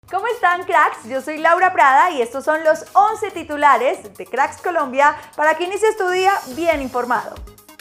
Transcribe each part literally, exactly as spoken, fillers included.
¿Cómo están, cracks? Yo soy Laura Prada y estos son los once titulares de Cracks Colombia para que inicies tu día bien informado.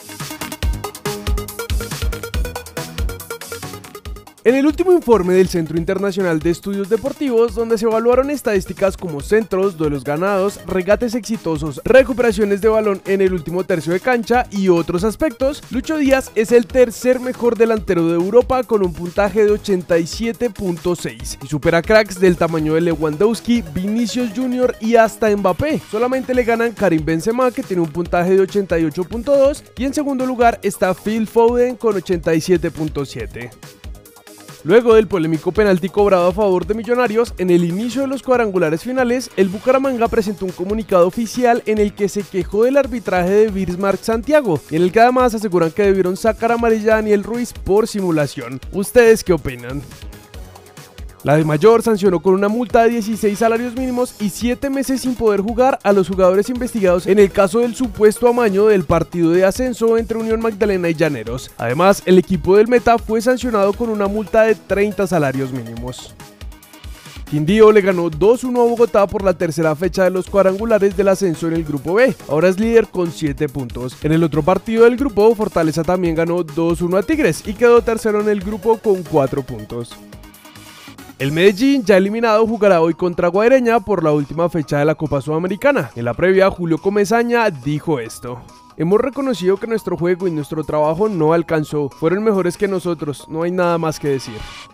En el último informe del Centro Internacional de Estudios Deportivos, donde se evaluaron estadísticas como centros, duelos ganados, regates exitosos, recuperaciones de balón en el último tercio de cancha y otros aspectos, Lucho Díaz es el tercer mejor delantero de Europa con un puntaje de ochenta y siete punto seis y supera cracks del tamaño de Lewandowski, Vinicius Junior y hasta Mbappé. Solamente le ganan Karim Benzema, que tiene un puntaje de ochenta y ocho punto dos, y en segundo lugar está Phil Foden con ochenta y siete punto siete. Luego del polémico penalti cobrado a favor de Millonarios, en el inicio de los cuadrangulares finales, el Bucaramanga presentó un comunicado oficial en el que se quejó del arbitraje de Bismarck Santiago, y en el que además aseguran que debieron sacar amarilla a Daniel Ruiz por simulación. ¿Ustedes qué opinan? La DIMAYOR sancionó con una multa de dieciséis salarios mínimos y siete meses sin poder jugar a los jugadores investigados en el caso del supuesto amaño del partido de ascenso entre Unión Magdalena y Llaneros. Además, el equipo del Meta fue sancionado con una multa de treinta salarios mínimos. Quindío le ganó dos uno a Bogotá por la tercera fecha de los cuadrangulares del ascenso en el grupo B. Ahora es líder con siete puntos. En el otro partido del grupo, Fortaleza también ganó dos uno a Tigres y quedó tercero en el grupo con cuatro puntos. El Medellín, ya eliminado, jugará hoy contra Guaireña por la última fecha de la Copa Sudamericana. En la previa, Julio Comesaña dijo esto: hemos reconocido que nuestro juego y nuestro trabajo no alcanzó, fueron mejores que nosotros, no hay nada más que decir.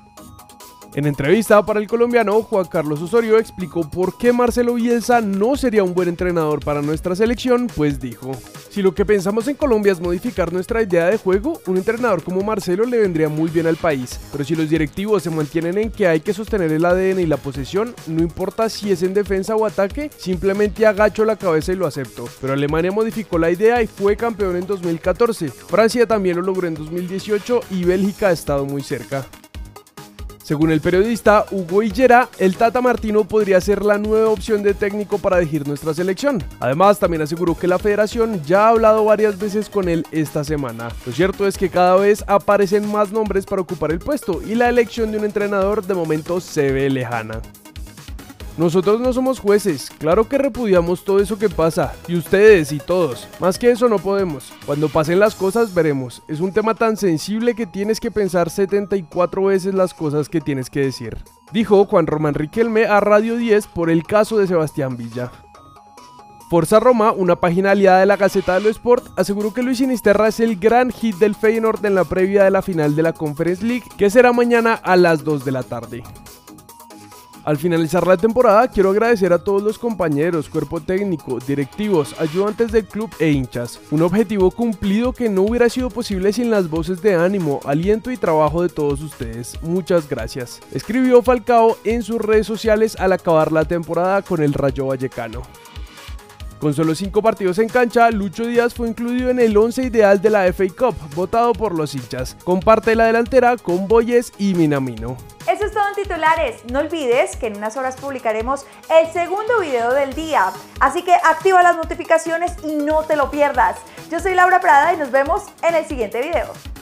En entrevista para El Colombiano, Juan Carlos Osorio explicó por qué Marcelo Bielsa no sería un buen entrenador para nuestra selección, pues dijo: si lo que pensamos en Colombia es modificar nuestra idea de juego, un entrenador como Marcelo le vendría muy bien al país, pero si los directivos se mantienen en que hay que sostener el A D N y la posesión, no importa si es en defensa o ataque, simplemente agacho la cabeza y lo acepto. Pero Alemania modificó la idea y fue campeón en dos mil catorce, Francia también lo logró en dos mil dieciocho y Bélgica ha estado muy cerca. Según el periodista Hugo Higuera, el Tata Martino podría ser la nueva opción de técnico para dirigir nuestra selección. Además, también aseguró que la federación ya ha hablado varias veces con él esta semana. Lo cierto es que cada vez aparecen más nombres para ocupar el puesto y la elección de un entrenador de momento se ve lejana. Nosotros no somos jueces, claro que repudiamos todo eso que pasa, y ustedes y todos, más que eso no podemos. Cuando pasen las cosas veremos, es un tema tan sensible que tienes que pensar setenta y cuatro veces las cosas que tienes que decir, dijo Juan Román Riquelme a Radio diez por el caso de Sebastián Villa. Forza Roma, una página aliada de la Gaceta dello Sport, aseguró que Luis Sinisterra es el gran hit del Feyenoord en la previa de la final de la Conference League, que será mañana a las dos de la tarde. Al finalizar la temporada, quiero agradecer a todos los compañeros, cuerpo técnico, directivos, ayudantes del club e hinchas. Un objetivo cumplido que no hubiera sido posible sin las voces de ánimo, aliento y trabajo de todos ustedes. Muchas gracias. Escribió Falcao en sus redes sociales al acabar la temporada con el Rayo Vallecano. Con solo cinco partidos en cancha, Lucho Díaz fue incluido en el once ideal de la F A Cup, votado por los hinchas. Comparte la delantera con Boyes y Minamino. Eso es todo en titulares. No olvides que en unas horas publicaremos el segundo video del día, así que activa las notificaciones y no te lo pierdas. Yo soy Laura Prada y nos vemos en el siguiente video.